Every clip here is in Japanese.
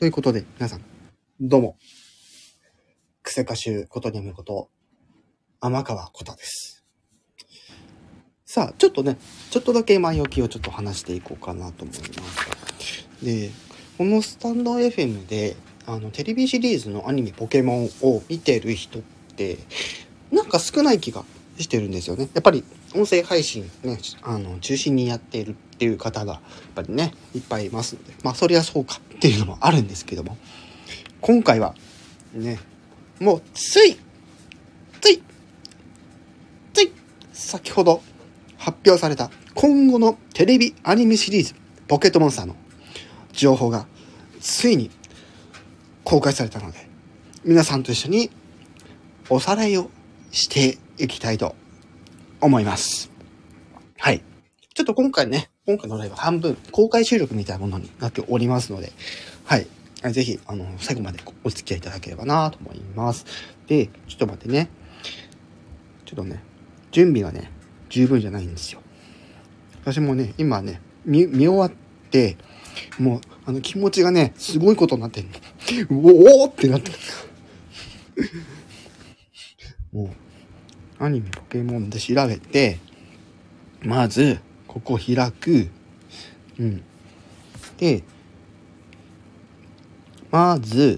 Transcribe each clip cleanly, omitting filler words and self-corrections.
ということで、皆さん、どうも、クセ歌手ことにゃむこと、天川ことです。さあ、ちょっとだけ前置きをちょっと話していこうかなと思います。で、このスタンド FM で、テレビシリーズのアニメポケモンを見てる人って、なんか少ない気がしてるんですよね。やっぱり、音声配信ね、中心にやっているっていう方が、やっぱりね、いっぱいいますので、まあ、そりゃそうかっていうのもあるんですけども、今回は、ね、もうつい先ほど発表された今後のテレビアニメシリーズポケットモンスターの情報がついに公開されたので、皆さんと一緒におさらいをしていきたいと思います。はい。ちょっと今回のライブ半分公開収録みたいなものになっておりますので、はい。ぜひ、最後までお付き合いいただければなと思います。で、ちょっと待ってね。準備がね、十分じゃないんですよ。私もね、今ね、見終わって、もう、気持ちがね、すごいことになってんの。おーってなってる。もう、アニメポケモンで調べて、まず、ここ開く。で、まず、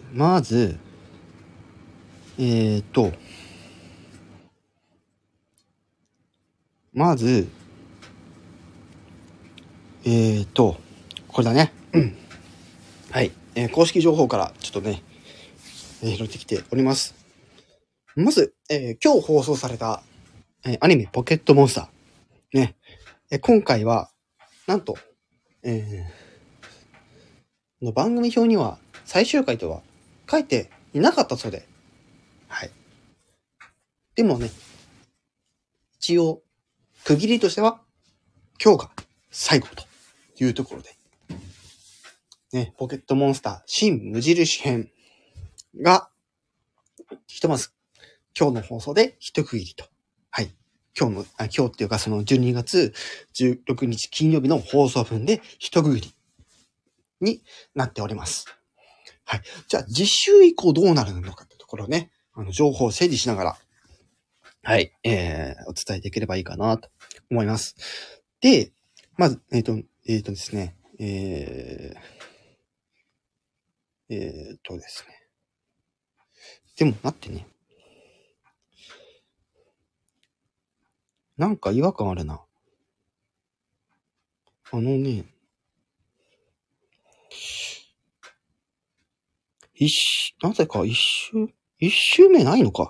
これだね。はい。公式情報からちょっとね、拾ってきております。まず、今日放送された、アニメポケットモンスター。ね。今回は、なんと、番組表には最終回とは書いていなかったそうで。はい。でもね、一応、区切りとしては、今日が最後というところで。ね、ポケットモンスター新無印編が、ひとまず、今日の放送で一区切りと。はい。今日っていうかその12月16日金曜日の放送分で一区切りになっております。はい。じゃあ、次週以降どうなるのかってところをね、情報を整理しながら、はい、お伝えできればいいかなと思います。で、まず、ですね、ですね。でも、待ってね。なんか違和感あるな。なぜか一周目ないのか。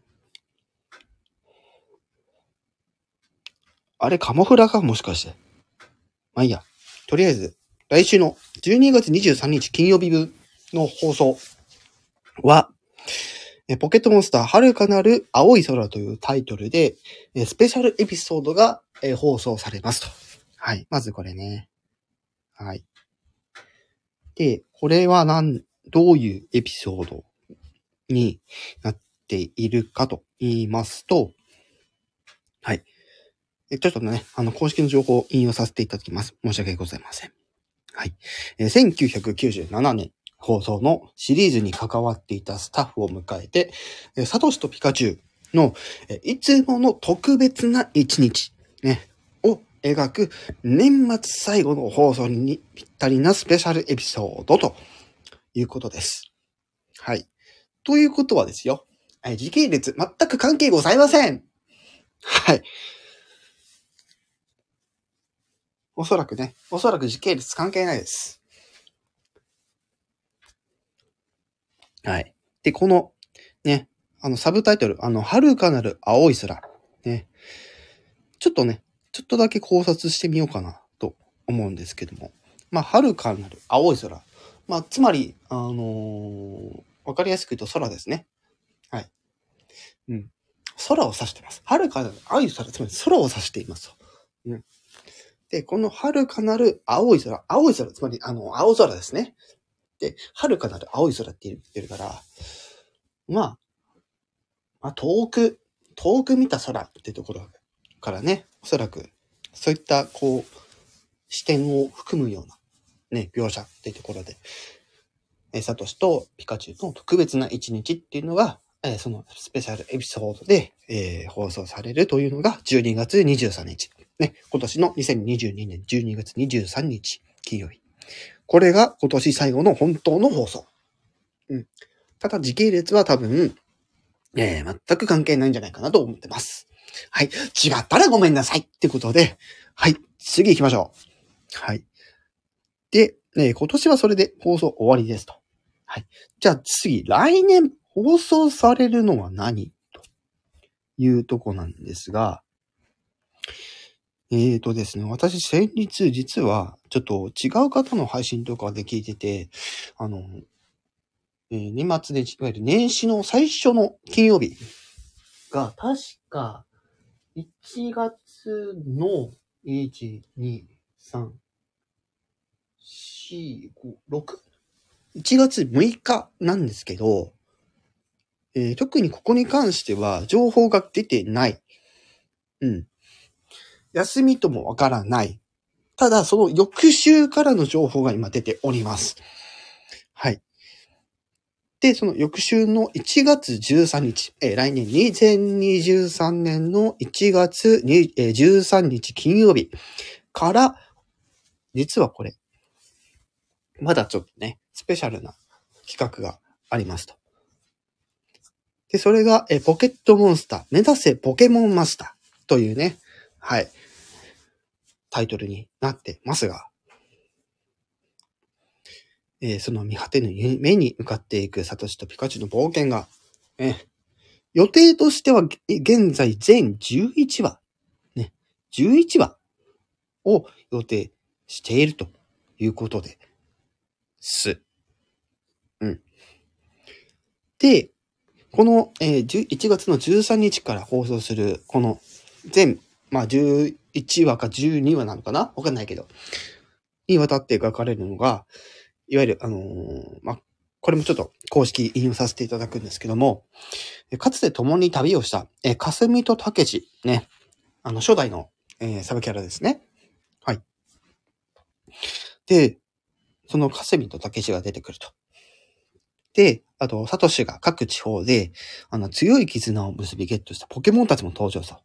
あれ、カモフラかもしかして。まあいいや。とりあえず、来週の12月23日金曜日分の放送は、ポケットモンスター遥かなる青い空というタイトルで、スペシャルエピソードが、放送されますと。はい。まずこれね。はい。で、これはどういうエピソードになっているかと言いますと、はい。ちょっとね、公式の情報を引用させていただきます。申し訳ございません。はい。1997年放送のシリーズに関わっていたスタッフを迎えて、サトシとピカチュウのいつもの特別な一日、ね、を描く年末最後の放送にぴったりなスペシャルエピソードということです。はい。ということはですよ、時系列全く関係ございません。はい。おそらく時系列関係ないです。はい。で、この、ね、サブタイトル、遥かなる青い空。ね。ちょっとだけ考察してみようかな、と思うんですけども。まあ、遥かなる青い空。まあ、つまり、わかりやすく言うと空ですね。はい。空を指しています。遥かなる青い空、つまり空を指していますと。で、この遥かなる青い空、つまり、青空ですね。で、遥かなる青い空って言ってるから、まあ、遠く見た空ってところからね、おそらく、そういった、視点を含むような、ね、描写っていうところで、 サトシとピカチュウの特別な一日っていうのが、そのスペシャルエピソードで、放送されるというのが12月23日。ね、今年の2022年12月23日金曜日。これが今年最後の本当の放送。ただ時系列は多分、全く関係ないんじゃないかなと思ってます。はい。違ったらごめんなさいってことで、はい。次行きましょう。はい。で、今年はそれで放送終わりですと。はい。じゃあ次、来年放送されるのは何というとこなんですが、ですね、私先日実はちょっと違う方の配信とかで聞いてて、年末年始、いわゆる年始の最初の金曜日が確か1月の1、2、3、4、5、6? 1月6日なんですけど、特にここに関しては情報が出てない。休みともわからない。ただ、その翌週からの情報が今出ております。はい。で、その翌週の1月13日、来年2023年の1月13日金曜日から、実はこれ、まだちょっとね、スペシャルな企画がありますと。で、それが、ポケットモンスター、目指せポケモンマスターというね、はい、タイトルになってますが、その見果てぬ夢に向かっていくサトシとピカチュウの冒険が、予定としては現在全11話、ね、11話を予定しているということです。で、この、1月の13日から放送する、この全、11話か12話なのかなわかんないけど、にわたって描かれるのが、いわゆる、これもちょっと公式引用させていただくんですけども、かつて共に旅をした、かすみとたけし、ね、初代の、サブキャラですね。はい。で、そのかすみとたけしが出てくると。で、あと、サトシが各地方で、強い絆を結びゲットしたポケモンたちも登場さ。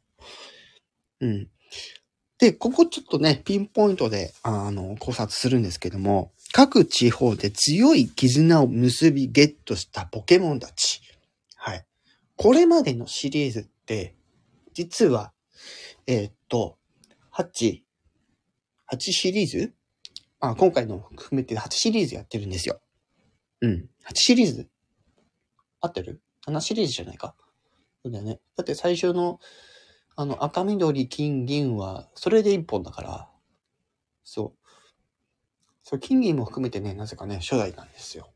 で、ここちょっとね、ピンポイントで、考察するんですけども、各地方で強い絆を結びゲットしたポケモンたち。はい。これまでのシリーズって、実は、8シリーズ今回の含めて8シリーズやってるんですよ。8シリーズ合ってる ?7 シリーズじゃないか。そうだよね。だって最初の、赤緑金銀は、それで1本だから、そう、金銀も含めてね、なぜかね、初代なんですよ。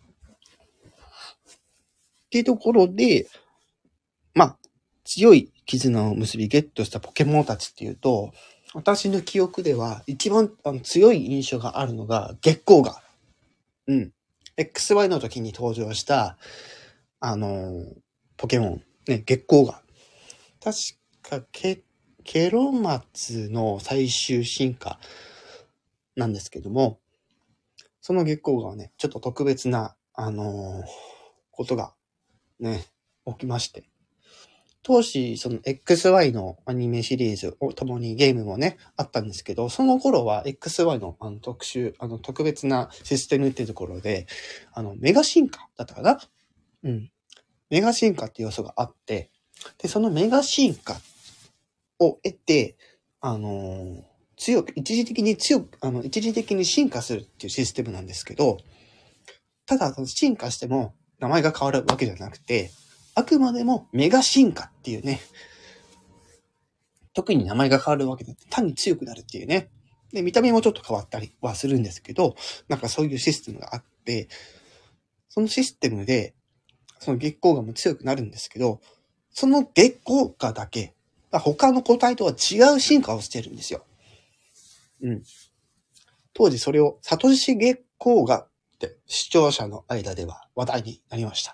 っていうところで、強い絆を結びゲットしたポケモンたちっていうと、私の記憶では一番強い印象があるのが月光河。XY の時に登場した、ポケモン、ね、月光河。確かケロマツの最終進化なんですけども、その月光河はね、ちょっと特別な、ことがね、起きまして。当時、その XY のアニメシリーズを共にゲームもね、あったんですけど、その頃は XY の特別なシステムっていうところで、メガ進化だったかな？メガ進化っていう要素があって、で、そのメガ進化を得て、一時的に進化するっていうシステムなんですけど、ただ、進化しても名前が変わるわけじゃなくて、あくまでもメガ進化っていうね、特に名前が変わるわけで、単に強くなるっていうね。で、見た目もちょっと変わったりはするんですけど、なんかそういうシステムがあって、そのシステムで、その月光河も強くなるんですけど、その月光河だけ、他の個体とは違う進化をしてるんですよ。当時それを、サトシ月光河って視聴者の間では話題になりました。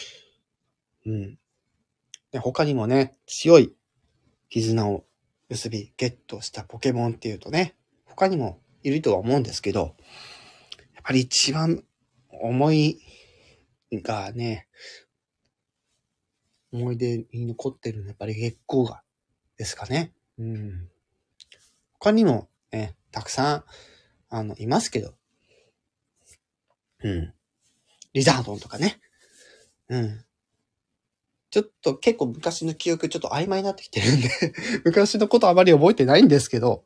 で、他にもね、強い絆を結びゲットしたポケモンっていうとね、他にもいるとは思うんですけど、やっぱり一番思いがね、思い出に残ってるのはやっぱり月光河ですかね。他にもね、たくさん、いますけど、リザードンとかね。ちょっと結構昔の記憶ちょっと曖昧になってきてるんで昔のことあまり覚えてないんですけど、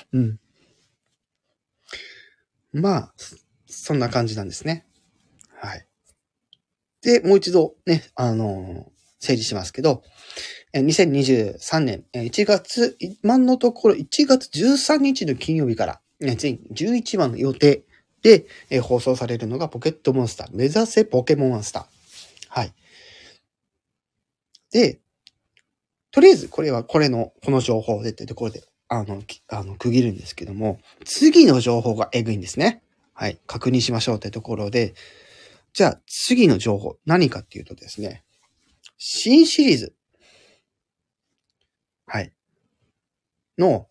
まあ、そんな感じなんですね。はい。で、もう一度ね、整理しますけど、2023年1月、今のところ1月13日の金曜日から、全11話の予定で、放送されるのがポケットモンスター、目指せポケモンモンスター。はい。で、とりあえずこの情報でってところで、区切るんですけども、次の情報がエグいんですね。はい。確認しましょうってところで、じゃあ次の情報、何かっていうとですね、新シリーズ。はい。の、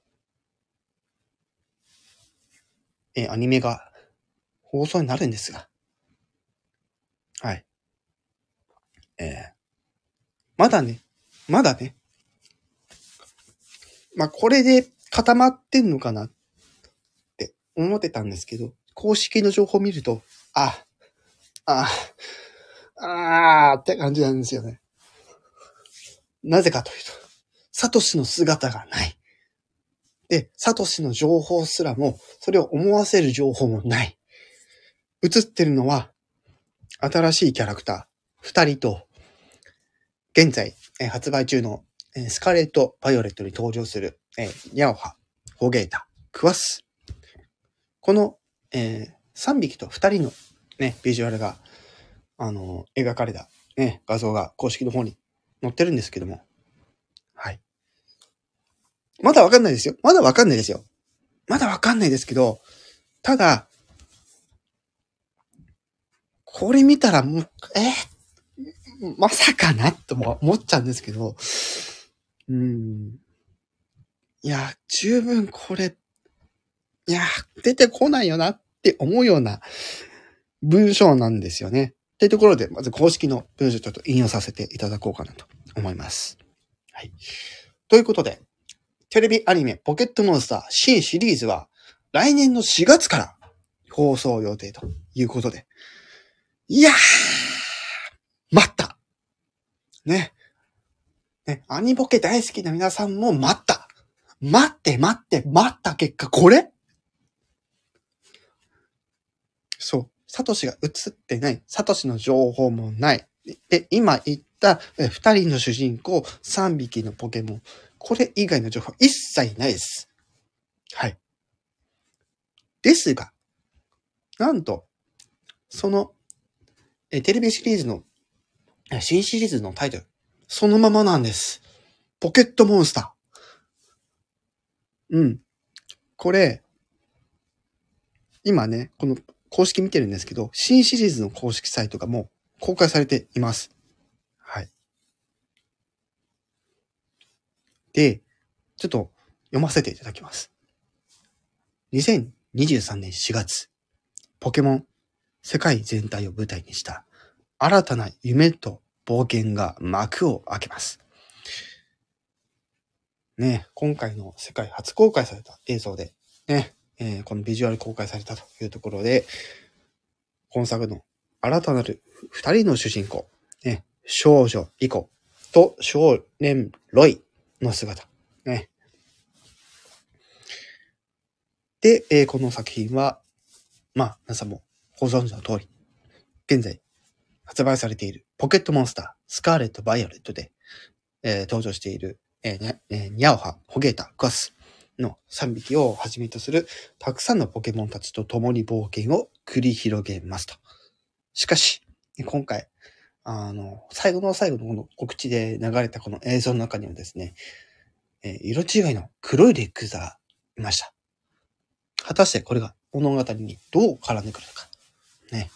アニメが放送になるんですが、はい。まだね、これで固まってんのかなって思ってたんですけど、公式の情報を見ると、って感じなんですよね。なぜかというと、サトシの姿がない。で、サトシの情報すらも、それを思わせる情報もない。映ってるのは、新しいキャラクター、2人と、現在、発売中の、スカーレット・バイオレットに登場する、ニャオハ、ホゲータ、クワス。この、3匹と2人の、ね、ビジュアルが、描かれた、ね、画像が公式の方に載ってるんですけども。はい。まだわかんないですよ。まだわかんないですけど、ただ、これ見たらもう、まさかなとも思っちゃうんですけど、いや、十分これ、出てこないよなって思うような文章なんですよね。っていうところで、まず公式の文章ちょっと引用させていただこうかなと思います。はい。ということで、テレビアニメポケットモンスター新シリーズは来年の4月から放送予定ということで。いやー、待った。ね。アニポケ大好きな皆さんも待った。待った結果、これそう。サトシが映ってない。サトシの情報もない。で、今言った2人の主人公、3匹のポケモン。これ以外の情報一切ないです。はい。ですが、なんと、その、テレビシリーズの、新シリーズのタイトル、そのままなんです。ポケットモンスター。これ、今ね、この公式見てるんですけど、新シリーズの公式サイトがもう公開されています。はい。で、ちょっと読ませていただきます。2023年4月、ポケモン世界全体を舞台にした新たな夢と冒険が幕を開けます。ね、今回の世界初公開された映像で、ね、このビジュアル公開されたというところで、今作の新たなる二人の主人公、ね、少女リコと少年ロイの姿、ね。で、この作品は、皆さんもご存知の通り、現在発売されているポケットモンスター、スカーレット・バイオレットで、登場している、ニャオハ、ホゲータ、クワスの3匹をはじめとするたくさんのポケモンたちと共に冒険を繰り広げますと。しかし、今回、最後の最後のこの告知で流れたこの映像の中にはですね、色違いの黒いレッグザがいました。果たしてこれが物語にどう絡んでくるのか。ね。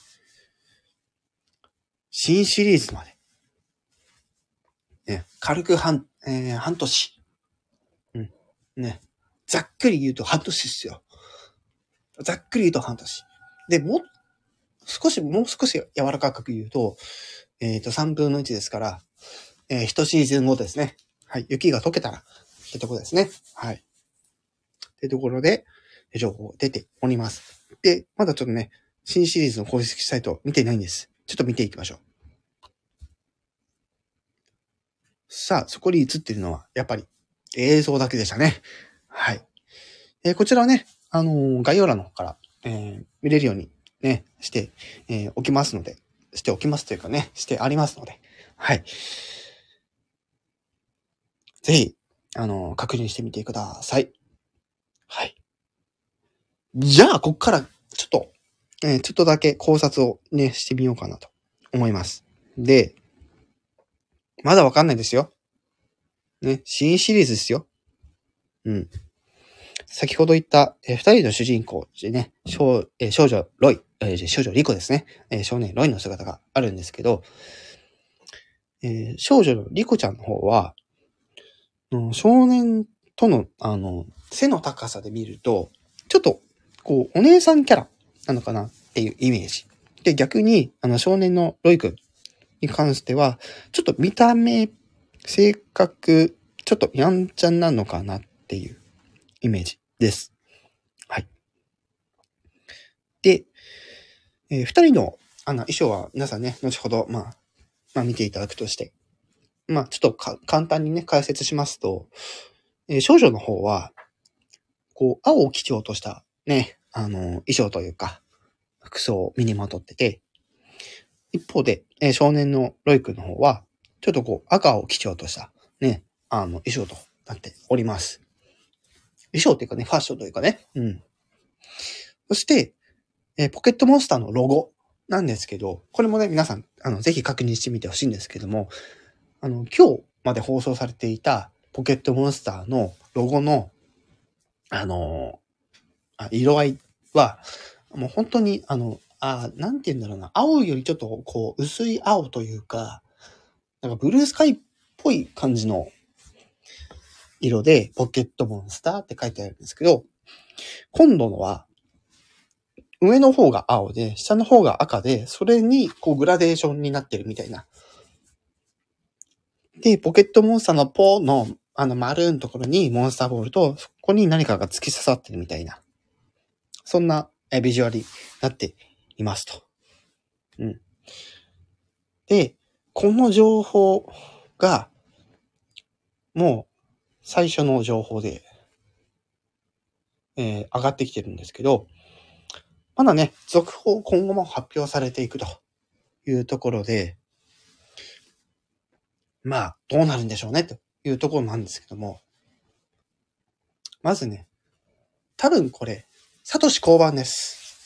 新シリーズまで。ね、軽く半年。ね。ざっくり言うと半年ですよ。ざっくり言うと半年。で、 もう少し柔らかく言うと、3分の1ですから、1シーズン後ですね。はい。雪が溶けたら、ってところですね。はい。ってところで、情報出ております。で、まだちょっとね、新シリーズの公式サイト見てないんです。ちょっと見ていきましょう。さあ、そこに映ってるのは、やっぱり映像だけでしたね。はい。こちらはね、概要欄の方から、見れるようにね、して、おきますので、しておきますというかね、してありますので、はい。ぜひ、確認してみてください。はい。じゃあ、こっから、ちょっとだけ考察をね、してみようかなと思います。で、まだわかんないですよ。ね、新シリーズですよ。うん。先ほど言った、二人の主人公でね、少女ロイ、少女リコですね、少年ロイの姿があるんですけど、少女のリコちゃんの方は、少年との、背の高さで見ると、ちょっと、こう、お姉さんキャラなのかなっていうイメージ。で、逆に、少年のロイ君に関しては、ちょっと見た目、性格、ちょっとやんちゃなのかなっていうイメージです。はい。で、二人の、衣装は皆さんね、後ほど、まあ見ていただくとして、まあちょっと簡単にね、解説しますと、少女の方は、こう、青を基調としたね、衣装というか、服装を身にまとってて、一方で、少年のロイ君の方は、ちょっとこう、赤を基調とした、ね、衣装となっております。衣装というかね、ファッションというかね、うん。そして、ポケットモンスターのロゴなんですけど、これもね、皆さん、ぜひ確認してみてほしいんですけども、今日まで放送されていたポケットモンスターのロゴの、色合いは、もう本当に、なんて言うんだろうな、青よりちょっとこう、薄い青というか、なんかブルースカイっぽい感じの色で、ポケットモンスターって書いてあるんですけど、今度のは、上の方が青で、下の方が赤で、それにこうグラデーションになってるみたいな。で、ポケットモンスターのポーの丸のところにモンスターボールと、そこに何かが突き刺さってるみたいな。そんなビジュアルになっていますと。うん。で、この情報が、もう最初の情報で、上がってきてるんですけど、まだね、続報今後も発表されていくというところで、まあ、どうなるんでしょうね、というところなんですけども、まずね、多分これ、サトシ降板です。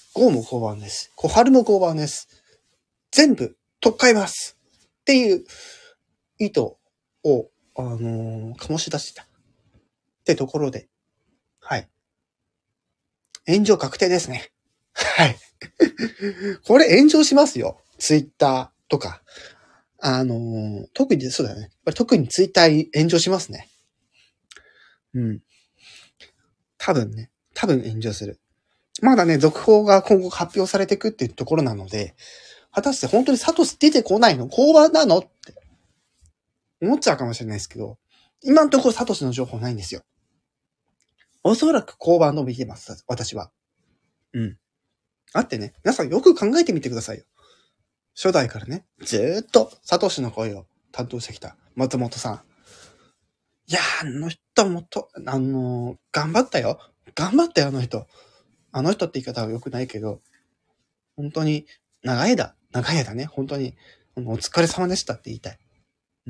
ゴーも降板です。小春も降板です。全部、取っ換えますっていう意図を、醸し出してた。ってところで、はい。炎上確定ですね。はい。これ炎上しますよ。ツイッターとか。特にそうだよね。特にツイッター炎上しますね。うん。多分炎上する。まだね、続報が今後発表されていくっていうところなので、果たして本当にサトシ出てこないの降板なのって思っちゃうかもしれないですけど、今のところサトシの情報ないんですよ。おそらく降板の見てます、私は。うん。あってね、皆さんよく考えてみてくださいよ。初代からね、ずーっとサトシの声を担当してきた松本さん。いやー、あの人も頑張ったよ。頑張ったよ、あの人。あの人って言い方は良くないけど、本当に長い間ね、本当にお疲れ様でしたって言いたい。うん。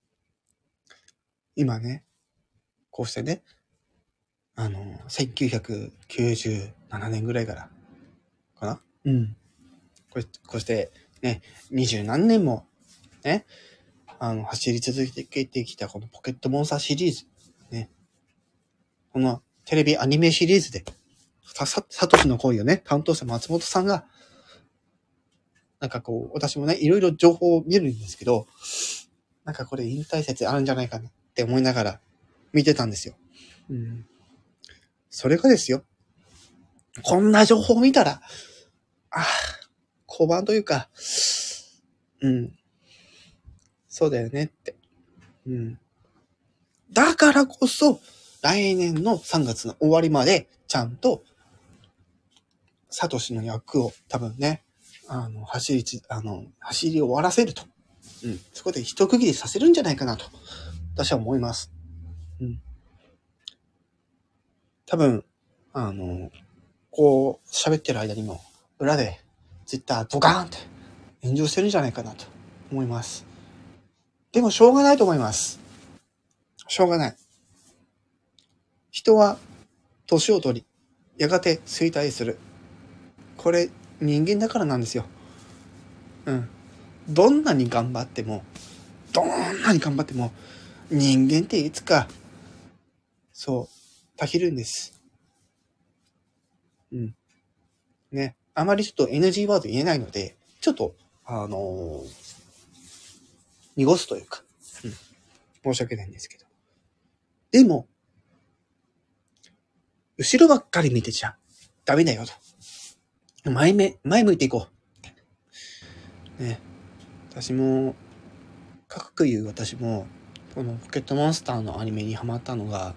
今ね、こうしてね、1997年ぐらいから、かなうん。こうしてね、20何年もね、走り続けてきたこのポケットモンスターシリーズ、ね、このテレビアニメシリーズで、サトシの声をね、担当した松本さんが、なんかこう、私もね、いろいろ情報を見るんですけど、なんかこれ引退説あるんじゃないかなって思いながら見てたんですよ。うん。それがですよ。こんな情報を見たら、 交番というか、そうだよねって。だからこそ、来年の3月の終わりまで、ちゃんと、サトシの役を多分ね、走り終わらせると。そこで一区切りさせるんじゃないかなと、私は思います。多分、こう、喋ってる間にも、裏で、ツイッタードカーンって炎上してるんじゃないかなと思います。でもしょうがないと思います。しょうがない。人は年を取り、やがて衰退する。これ人間だからなんですよ。どんなに頑張っても、人間っていつか、たぎるんです。ね。あまりちょっと NG ワード言えないので、ちょっと、濁すというか、申し訳ないんですけど。でも、後ろばっかり見てちゃダメだよと。前向いていこう。ね。私も、私も、このポケットモンスターのアニメにハマったのが、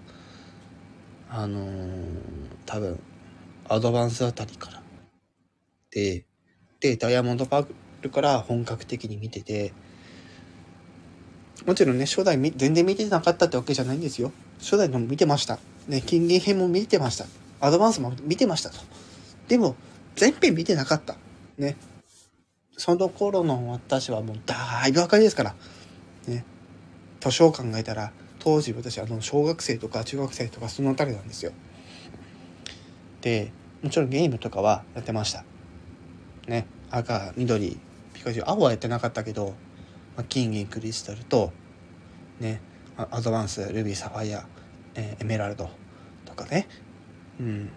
多分、アドバンスあたりから。で、ダイヤモンドパールから本格的に見てて、もちろんね、初代全然見てなかったってわけじゃないんですよ。初代のも見てました。ね、金言編も見てました。アドバンスも見てましたと。でも、全編見てなかった。ね。その頃の私はもうだいぶ若いですから。ね。年を考えたら、当時私小学生とか中学生とかそのあたりなんですよ。で、もちろんゲームとかはやってました。ね。赤、緑、ピカチュウ、青はやってなかったけど、金銀クリスタルと、ね、アドバンス、ルビー、サファイア、エメラルドとかね。い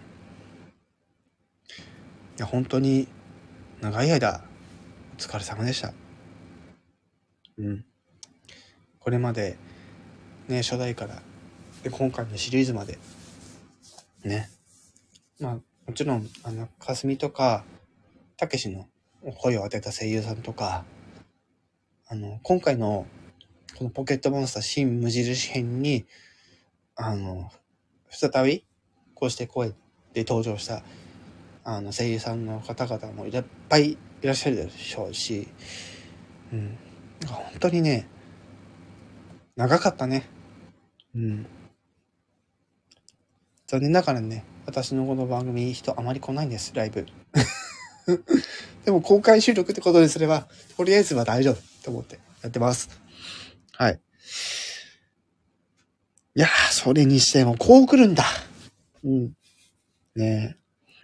や、本当に長い間、お疲れ様でした。これまで、ね、初代から、で、今回のシリーズまで、ね。もちろん、かすみとか、たけしの声を当てた声優さんとか、今回の、このポケットモンスター新無印編に、再び、こうして声で登場した、声優さんの方々もいっぱいいらっしゃるでしょうし、本当にね、長かったね。残念ながらね、私のこの番組人あまり来ないんです、ライブ。でも公開収録ってことにすれば、とりあえずは大丈夫と思ってやってます。はい。いやー、それにしてもこう来るんだ。ねえ。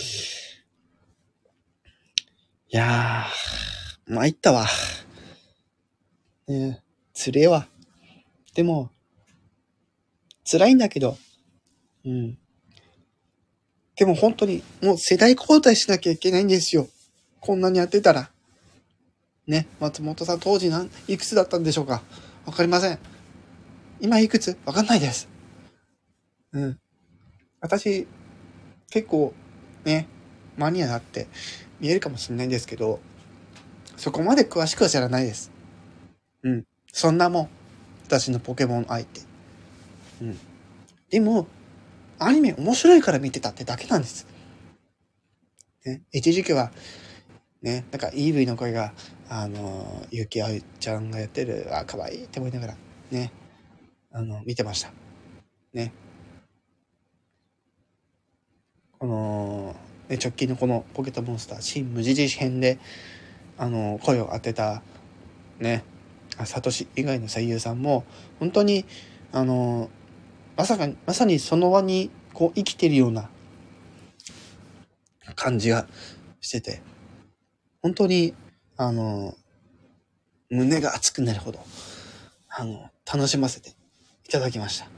いやー、参ったわ。ねえ、つれえわ。でも、辛いんだけど、でも本当に、もう世代交代しなきゃいけないんですよ。こんなにやってたら。ね、松本さん当時いくつだったんでしょうか。わかりません。今いくつわかんないです。私、結構、ね、マニアだって見えるかもしれないんですけど、そこまで詳しくは知らないです。そんなもん。私のポケモン愛って。でも、アニメ面白いから見てたってだけなんです。ね、一時期は、ね、なんか EV の声が、ゆきあゆちゃんがやってる、可愛いって思いながら、ね、見てました。ね。この、ね、直近のこのポケットモンスター新無印編で、声を当てた、ね、サトシ以外の声優さんも、本当に、まさにその輪に、こう、生きてるような感じがしてて、本当に、胸が熱くなるほど、楽しませていただきました。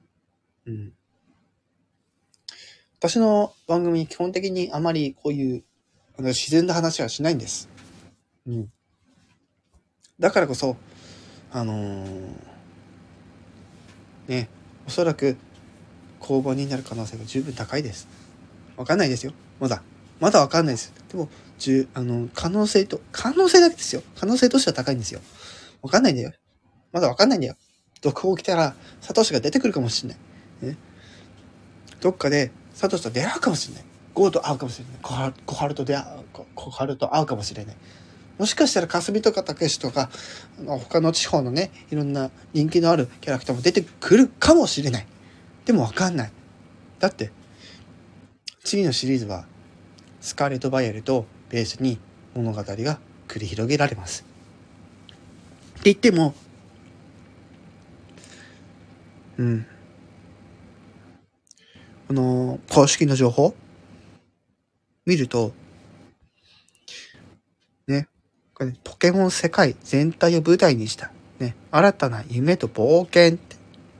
私の番組、基本的にあまりこういう、自然な話はしないんです。だからこそ、ね、おそらく、公募になる可能性が十分高いです。わかんないですよ。まだ。 まだわかんないです。でも、可能性だけですよ。可能性としては高いんですよ。わかんないんだよ。まだわかんないんだよ。続報来たら、サトシが出てくるかもしれない。ね、どっかで、サトシと出会うかもしれない。ゴーと会うかもしれない。小春と会うかもしれない。もしかしたら、かすみとかたけしとか、他の地方のね、いろんな人気のあるキャラクターも出てくるかもしれない。でもわかんない。だって、次のシリーズは、スカーレット・バイオレットをベースに物語が繰り広げられます。って言っても、この公式の情報見ると、ね、これポケモン世界全体を舞台にした、ね、新たな夢と冒険って、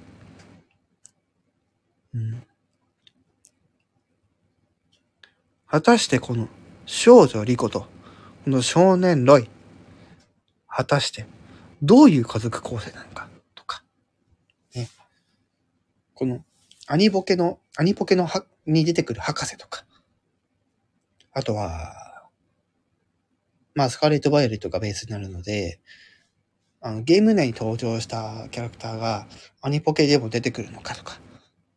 果たしてこの少女リコとこの少年ロイ、果たしてどういう家族構成なのかとか、ね、このアニポケのに出てくる博士とか、あとは、まあスカーレット・バイオレットがベースになるので、ゲーム内に登場したキャラクターがアニポケでも出てくるのかとか、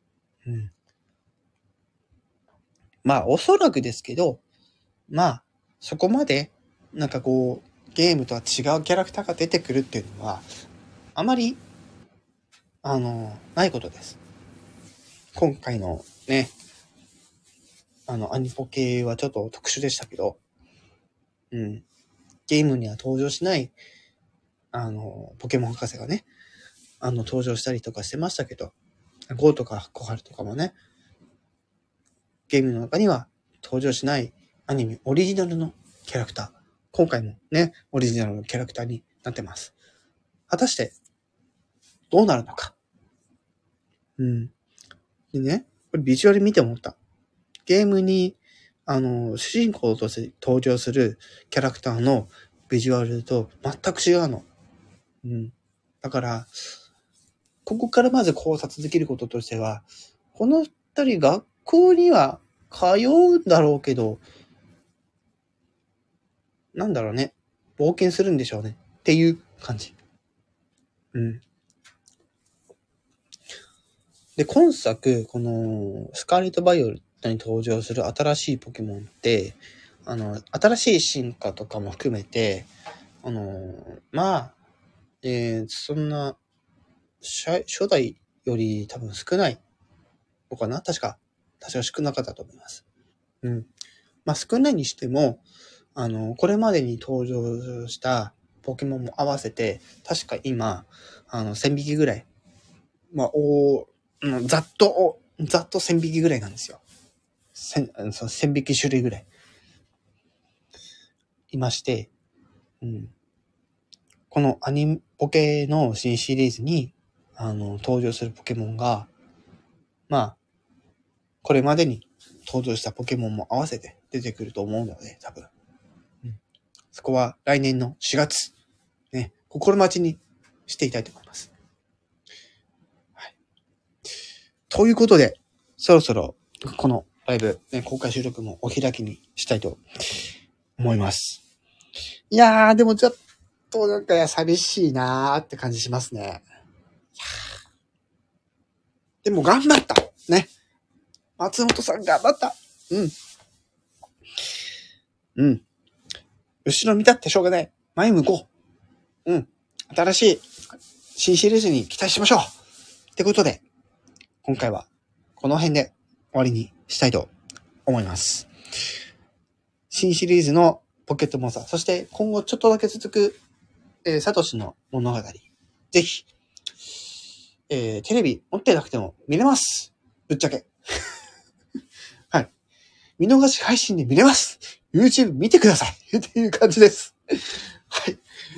まあおそらくですけど、まあそこまでなんかこうゲームとは違うキャラクターが出てくるっていうのはあまりないことです。今回のね、アニポケはちょっと特殊でしたけど、ゲームには登場しないポケモン博士がね、登場したりとかしてましたけど、ゴーとかコハルとかもね、ゲームの中には登場しないアニメオリジナルのキャラクター。今回もね、オリジナルのキャラクターになってます。果たして、どうなるのか。でね、これビジュアル見て思った。ゲームに、主人公として登場するキャラクターのビジュアルと全く違うの。だから、ここからまず考察できることとしては、この二人学校には通うんだろうけど、なんだろうね。冒険するんでしょうね。っていう感じ。で、今作、この、スカーレット・バイオレットに登場する新しいポケモンって、新しい進化とかも含めて、まあ、そんな、初代より多分少ないのかな？確か少なかったと思います。まあ少ないにしても、これまでに登場したポケモンも合わせて、確か今、1000匹ぐらい。まあ、ざっと1000匹ぐらいなんですよ。1000匹種類ぐらい。いまして、このアニポケの新シリーズに、登場するポケモンが、まあ、これまでに登場したポケモンも合わせて出てくると思うので、多分。そこは来年の4月、ね、心待ちにしていたいと思います。はい。ということで、そろそろこのライブ、ね、公開収録もお開きにしたいと思います。いやー、でもちょっとなんか寂しいなーって感じしますね。でも頑張ったね。松本さん頑張った。後ろ見たってしょうがない。前向こう。新しい新シリーズに期待しましょう。ってことで、今回はこの辺で終わりにしたいと思います。新シリーズのポケットモンスター、そして今後ちょっとだけ続く、サトシの物語。ぜひ、テレビ持ってなくても見れます。ぶっちゃけ。はい。見逃し配信で見れます。YouTube 見てください。っていう感じです。はい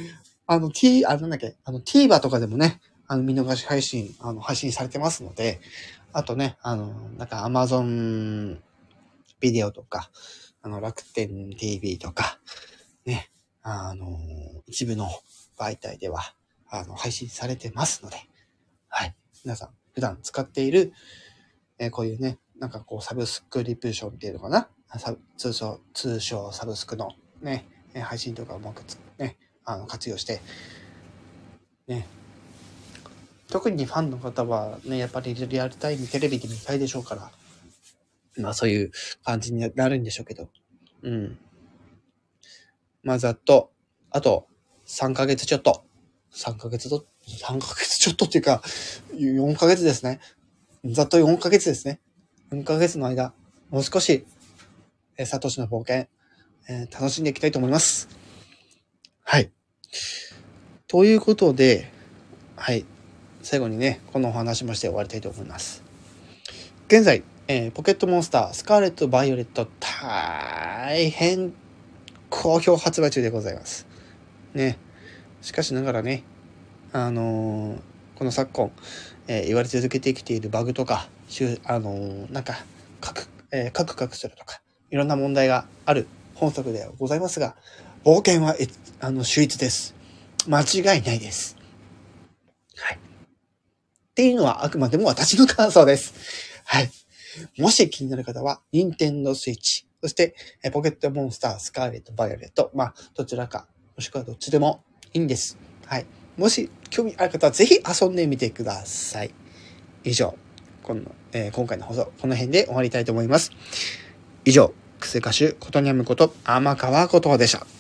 。TVer とかでもね、見逃し配信、配信されてますので、あとね、なんか Amazon ビデオとか、楽天 TV とか、ね、一部の媒体では、配信されてますので、はい。皆さん、普段使っている、こういうね、なんかこう、サブスクリプションっていうのかな、 通称サブスクのね、配信とかうまくね、活用して、ね、特にファンの方はね、やっぱりリアルタイムテレビで見たいでしょうから、まあそういう感じになるんでしょうけど、うん。まあざっと、あと3ヶ月ちょっと、3ヶ月ちょっとっていうか、4ヶ月ですね。ざっと4ヶ月ですね。4ヶ月の間、もう少し、サトシの冒険、楽しんでいきたいと思います。はい。ということで、はい。最後にね、このお話もして終わりたいと思います。現在、ポケットモンスター、スカーレット・バイオレット、大変好評発売中でございます。ね。しかしながらね、この昨今、言われ続けてきているバグとか、なんか、カクカクするとか、いろんな問題がある本作ではございますが、冒険は、秀逸です。間違いないです。はい。っていうのはあくまでも私の感想です。はい。もし気になる方は、任天堂スイッチ、そして、ポケットモンスター、スカーレット、バイオレット、まあ、どちらか、もしくはどっちでもいいんです。はい。もし興味ある方はぜひ遊んでみてください。以上、今回の放送、この辺で終わりたいと思います。以上、クセ歌手、ことにゃむこと、天川ことでした。